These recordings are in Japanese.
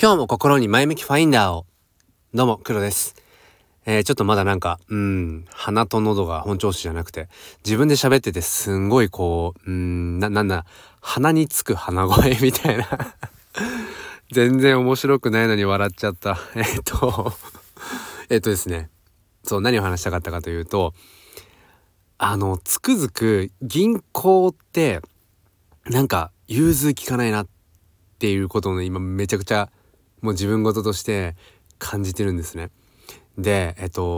今日も心に前向きファインダーを。どうも黒です。ちょっとまだ鼻と喉が本調子じゃなくて、自分で喋っててすんごい鼻につく鼻声みたいな全然面白くないのに笑っちゃったですね、そう、何を話したかったかというと、つくづく銀行って融通きかないなっていうことをね、今めちゃくちゃもう自分事として感じてるんですね。で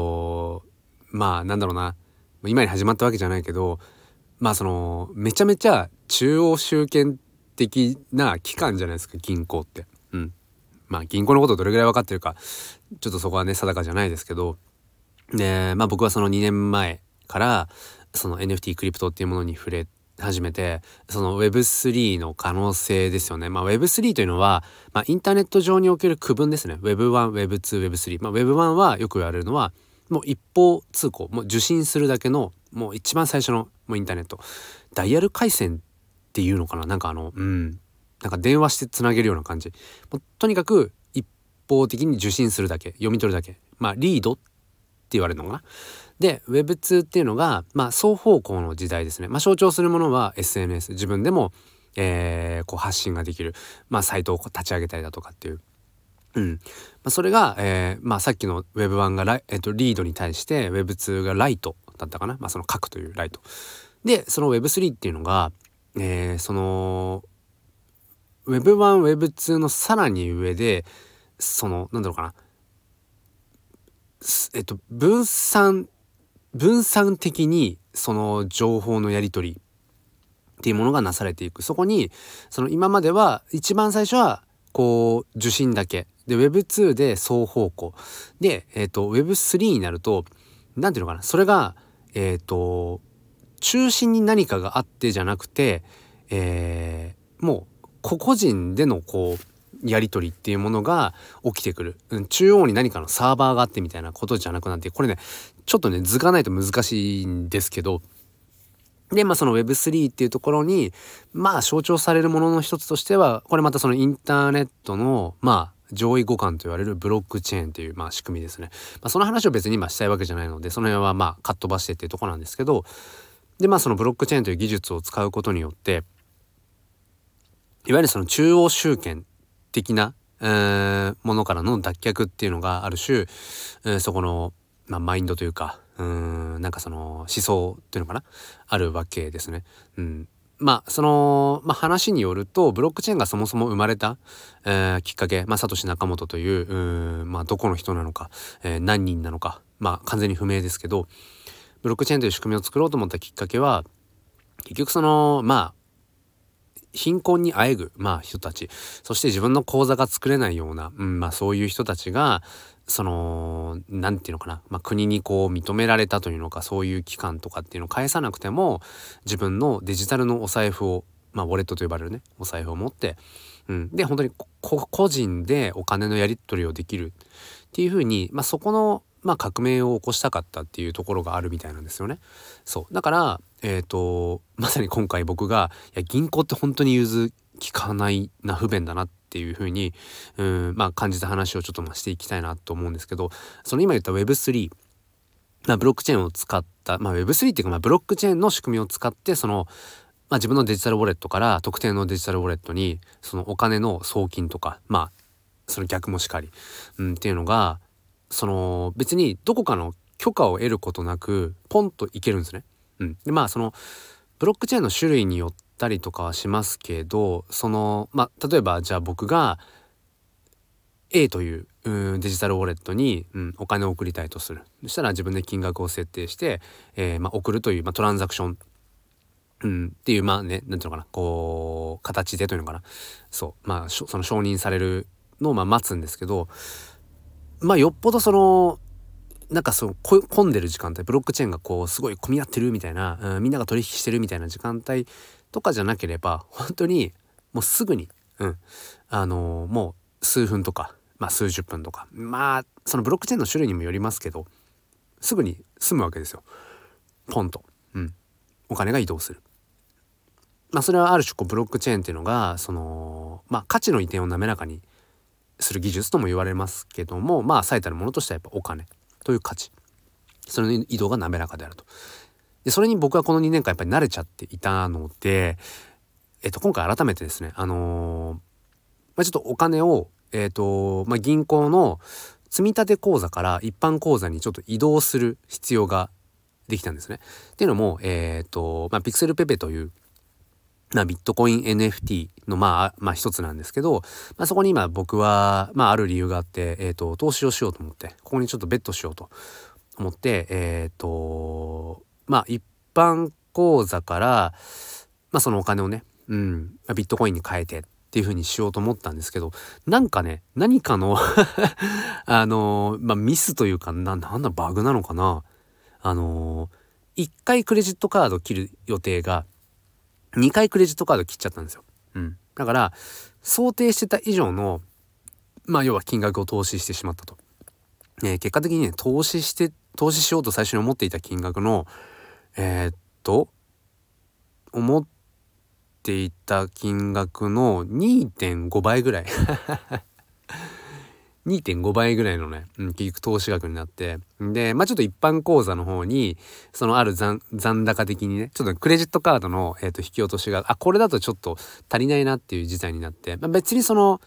今に始まったわけじゃないけど、めちゃめちゃ中央集権的な機関じゃないですか、銀行って。銀行のことどれぐらい分かってるかちょっとそこはね定かじゃないですけど、で僕はその2年前からその NFT クリプトっていうものに触れ始めて、その Web3 の可能性ですよね。Web3 というのは、インターネット上における区分ですね。Web1、Web2、Web3。Web1 はよく言われるのはもう一方通行、もう受信するだけのもう一番最初のもうインターネット。ダイヤル回線っていうのかな、電話してつなげるような感じ。もうとにかく一方的に受信するだけ、読み取るだけ。リードって言われるのかな。で Web2 っていうのが双方向の時代ですね。象徴するものは SNS、 自分でも、発信ができる、サイトを立ち上げたりだとかっていう、それが、さっきの Web1 がリードに対して Web2 がライトだったかな、その書くというライトで、その Web3 っていうのが、その Web1、Web2 のさらに上で、その分散的にその情報のやり取りっていうものがなされていく。そこにその今までは一番最初は受信だけで Web2 で双方向で、Web3 になるとそれが中心に何かがあってじゃなくて、もう個々人でのやり取りっていうものが起きてくる、中央に何かのサーバーがあってみたいなことじゃなくなって、これねちょっとね図がないと難しいんですけど、でその Web3 っていうところに象徴されるものの一つとしては、これまたそのインターネットの上位互換と言われるブロックチェーンっていう仕組みですね。その話を別に今したいわけじゃないので、その辺はかっ飛ばしてっていうところなんですけど、でそのブロックチェーンという技術を使うことによって、いわゆるその中央集権的な、ものからの脱却っていうのがある種、そこの、マインドというか、その思想っていうのかな、あるわけですね。話によると、ブロックチェーンがそもそも生まれた、きっかけ、サトシ・ナカモトという、どこの人なのか、何人なのか完全に不明ですけど、ブロックチェーンという仕組みを作ろうと思ったきっかけは、結局その貧困にあえぐ人たち、そして自分の口座が作れないような、そういう人たちがその国に認められたというのか、そういう期間とかっていうのを返さなくても、自分のデジタルのお財布をウォレットと呼ばれるねお財布を持って、で本当に個人でお金のやり取りをできるっていう風に、そこの革命を起こしたかったっていうところがあるみたいなんですよね。そうだからまさに今回僕が銀行って本当に融通きかないな、不便だなっていう風に感じた話をちょっとしていきたいなと思うんですけど、その今言った Web3、ブロックチェーンを使った、Web3 っていうかブロックチェーンの仕組みを使って、その自分のデジタルウォレットから特定のデジタルウォレットにそのお金の送金とかその逆もしかり、っていうのがその別にどこかの許可を得ることなくポンといけるんですね。でそのブロックチェーンの種類によったりとかはしますけど、その例えばじゃあ僕が A というデジタルウォレットに、お金を送りたいとする。そしたら自分で金額を設定して、送るという、トランザクション、っていうなんていうのかな、形でというのかな、そうその承認されるのを待つんですけど、よっぽどその混んでる時間帯、ブロックチェーンがすごい混み合ってるみたいな、みんなが取引してるみたいな時間帯とかじゃなければ、本当にもうすぐに、もう数分とか、数十分とか、そのブロックチェーンの種類にもよりますけど、すぐに済むわけですよ。ポンと、お金が移動する。それはある種ブロックチェーンっていうのがその価値の移転を滑らかにする技術とも言われますけども、最たるものとしてはやっぱお金という価値、それの移動が滑らかであると。でそれに僕はこの2年間やっぱり慣れちゃっていたので、今回改めてですねちょっとお金を銀行の積立口座から一般口座にちょっと移動する必要ができたんですね。っていうのもピクセルペペというビットコイン NFT の一つなんですけど、そこに今僕はある理由があって、投資をしようと思って、ここにちょっとベットしようと思って一般口座からそのお金をね、ビットコインに変えてっていう風にしようと思ったんですけど、なんかね何かのミスというかなんだバグなのかな、1回クレジットカード切る予定が2回クレジットカード切っちゃったんですよ。だから想定してた以上の要は金額を投資してしまったと。結果的にね投資しようと最初に思っていた金額の思っていた金額の 2.5 倍ぐらい2.5 倍ぐらいのね、結局投資額になって、でちょっと一般口座の方にそのある残高的にねちょっとクレジットカードの、引き落としがこれだとちょっと足りないなっていう事態になって、別にその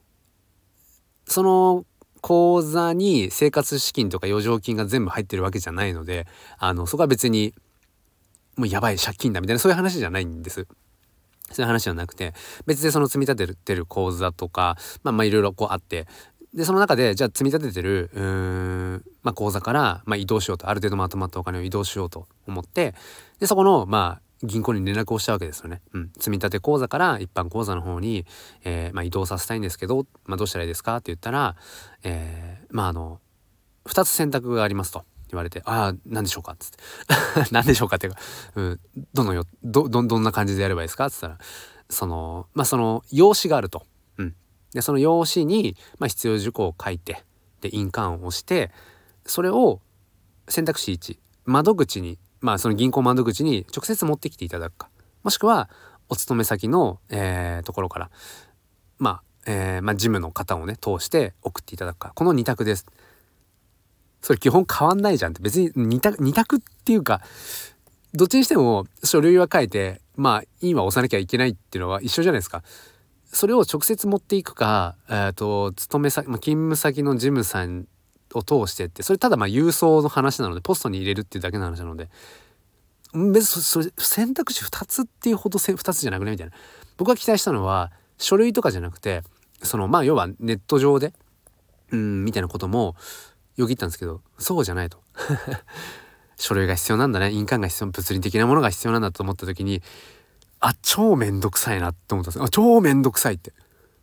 口座に生活資金とか余剰金が全部入ってるわけじゃないので、そこは別にもうやばい借金だみたいなそういう話じゃないんです。そういう話じゃなくて、別でその積み立ててる口座とかいろいろこうあって、でその中でじゃあ積み立ててる口座から移動しようと、ある程度まとまったお金を移動しようと思って、でそこの銀行に連絡をしたわけですよね。積み立て口座から一般口座の方に、移動させたいんですけど、どうしたらいいですかって言ったら、2つ選択がありますと言われて、何でしょうかっつって何でしょうかっていうか、どんな感じでやればいいですかっつったら、その用紙があると。でその用紙に、必要事項を書いて、で印鑑を押して、それを選択肢1、窓口にその銀行窓口に直接持ってきていただくか、もしくはお勤め先の、ところから事務の方をね通して送っていただくか、この2択です。それ基本変わんないじゃんって、別に2択っていうか、どっちにしても書類は書いて印は押さなきゃいけないっていうのは一緒じゃないですか。それを直接持っていくか、勤務先の事務さんを通してって、それただ郵送の話なので、ポストに入れるっていうだけの話なので、別にそれ選択肢2つっていうほど2つじゃなくねみたいな。僕が期待したのは書類とかじゃなくて、要はネット上でみたいなこともよぎったんですけど、そうじゃないと書類が必要なんだね、印鑑が必要、物理的なものが必要なんだと思った時に、超めんどくさいなって思ったんですよ。超めんどくさいって。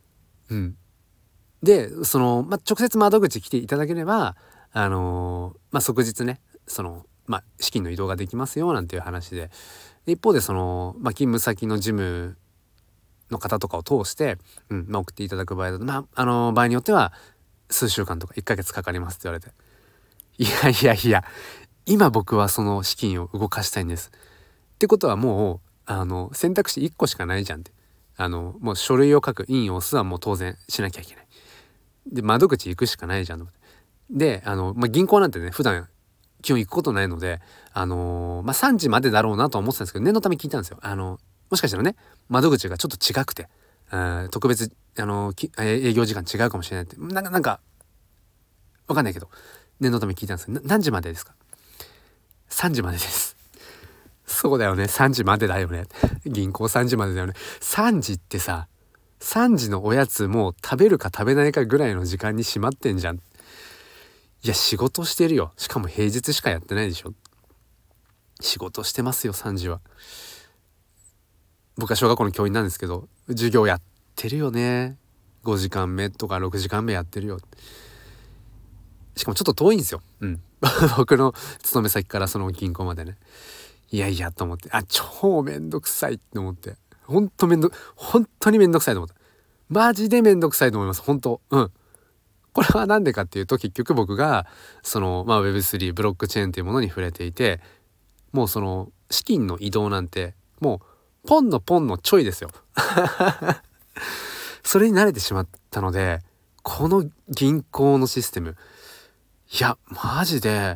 で直接窓口来ていただければ即日ね資金の移動ができますよなんていう話で、一方で勤務先の事務の方とかを通して、送っていただく場合だと場合によっては数週間とか1ヶ月かかりますって言われて、いや今僕はその資金を動かしたいんです。ってことはもう選択肢1個しかないじゃんって。もう書類を書く、印を押すはもう当然しなきゃいけない。で窓口行くしかないじゃんと思って。で銀行なんてね普段基本行くことないので3時までだろうなと思ってたんですけど、念のため聞いたんですよ。もしかしたらね窓口がちょっと違くて特別営業時間違うかもしれないって、なんかわかんないけど念のため聞いたんですけど、何時までですか？3時までです。そうだよね、3時までだよね銀行3時までだよね。3時ってさ、3時のおやつもう食べるか食べないかぐらいの時間に閉まってんじゃん。いや仕事してるよ、しかも平日しかやってないでしょ。仕事してますよ3時は。僕は小学校の教員なんですけど、授業やってるよね。5時間目とか6時間目やってるよ。しかもちょっと遠いんですよ。僕の勤め先からその銀行までね。いやと思って、超めんどくさいって思って、本当にめんどくさいと思った。マジでめんどくさいと思います。本当。これはなんでかっていうと、結局僕がWeb3 ブロックチェーンというものに触れていて、もうその資金の移動なんてもうポンのちょいですよそれに慣れてしまったので、 この銀行のシステム、いやマジで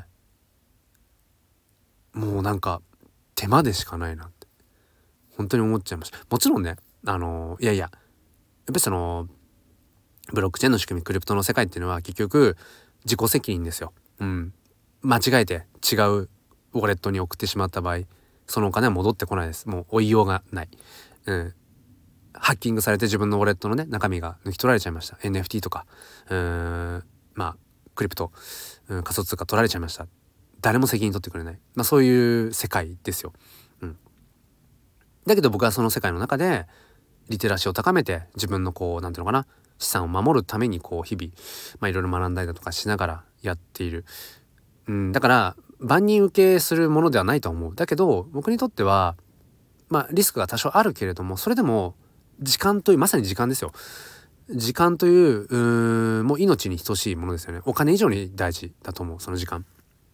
もうなんか手間でしかないなって本当に思っちゃいました。もちろんね、いややっぱりそのブロックチェーンの仕組み、クリプトの世界っていうのは結局自己責任ですよ。間違えて違うウォレットに送ってしまった場合、そのお金は戻ってこないです。もう追いようがない。ハッキングされて自分のウォレットのね中身が抜き取られちゃいました。 NFT とかクリプト、仮想通貨取られちゃいました。誰も責任取ってくれない、そういう世界ですよ。だけど僕はその世界の中でリテラシーを高めて自分のなんていうのかな、資産を守るために日々いろいろ学んだりだとかしながらやっている。だから万人受けするものではないと思う。だけど僕にとってはリスクが多少あるけれども、それでも時間という、まさに時間ですよ。時間というもう命に等しいものですよね。お金以上に大事だと思う、その時間。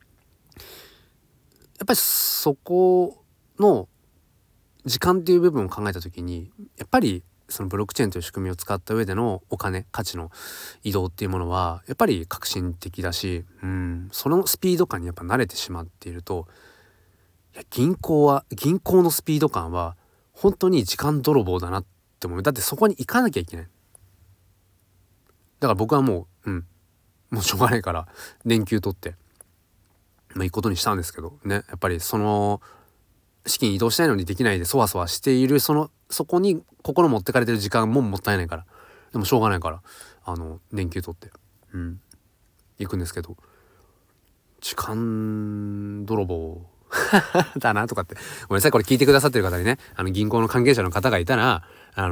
やっぱりそこの時間っていう部分を考えた時に、やっぱりそのブロックチェーンという仕組みを使った上でのお金、価値の移動っていうものはやっぱり革新的だし、そのスピード感にやっぱ慣れてしまっていると、いや銀行のスピード感は本当に時間泥棒だなって思う。だってそこに行かなきゃいけない。だから僕はもうしょうがないから年休取って行くことにしたんですけどね。やっぱりその資金移動したいのにできないでそわそわしているそこに心持ってかれてる時間ももったいないから、でもしょうがないから年休取って行くんですけど、時間泥棒だなとかって、ごめんなさい、これ聞いてくださってる方にね、銀行の関係者の方がいたら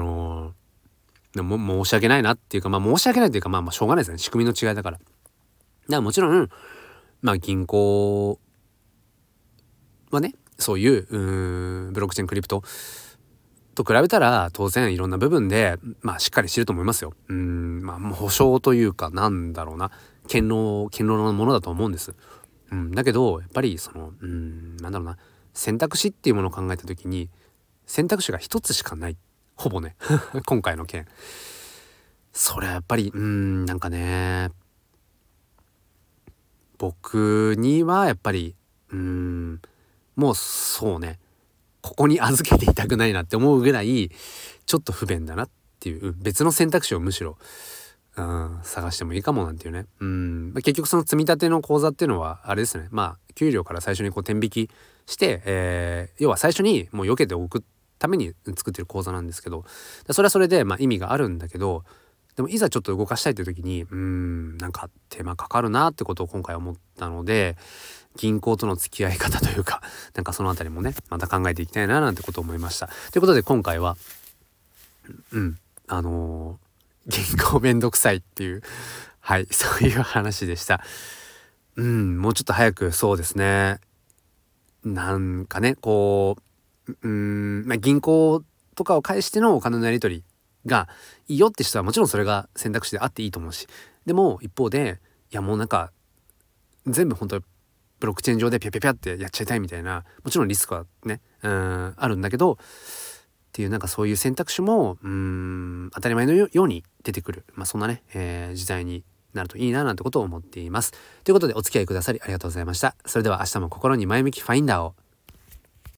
申し訳ないなっていうか、申し訳ないというか、しょうがないですね。仕組みの違いだから。だからもちろん銀行はね、そういうブロックチェーンクリプトと比べたら当然いろんな部分でしっかりしてると思いますよ。保証というかなんだろうな、堅牢なものだと思うんです。だけどやっぱりそのなんだろうな、選択肢っていうものを考えた時に選択肢が一つしかない、ほぼね今回の件、それはやっぱりなんかね、僕にはやっぱりもうそうね、ここに預けていたくないなって思うぐらいちょっと不便だなっていう、別の選択肢をむしろ探してもいいかもなんていうね。結局その積み立ての口座っていうのはあれですね、給料から最初に天引きして、要は最初にもう避けておくために作ってる口座なんですけど、それはそれで意味があるんだけど、でもいざちょっと動かしたいという時になんか手間かかるなってことを今回思ったので、銀行との付き合い方というかなんかそのあたりもねまた考えていきたいななんてことを思いました。ということで今回は銀行めんどくさいっていうそういう話でした。もうちょっと早く、そうですね、なんかね銀行とかを介してのお金のやり取りがいいよって人はもちろんそれが選択肢であっていいと思うし、でも一方でいやもうなんか全部本当にブロックチェーン上でピャピャピャってやっちゃいたいみたいな、もちろんリスクはねあるんだけどっていう、なんかそういう選択肢も当たり前のように出てくる、そんなね、時代になるといいななんてことを思っています。ということでお付き合いくださりありがとうございました。それでは明日も心に前向きファインダーを。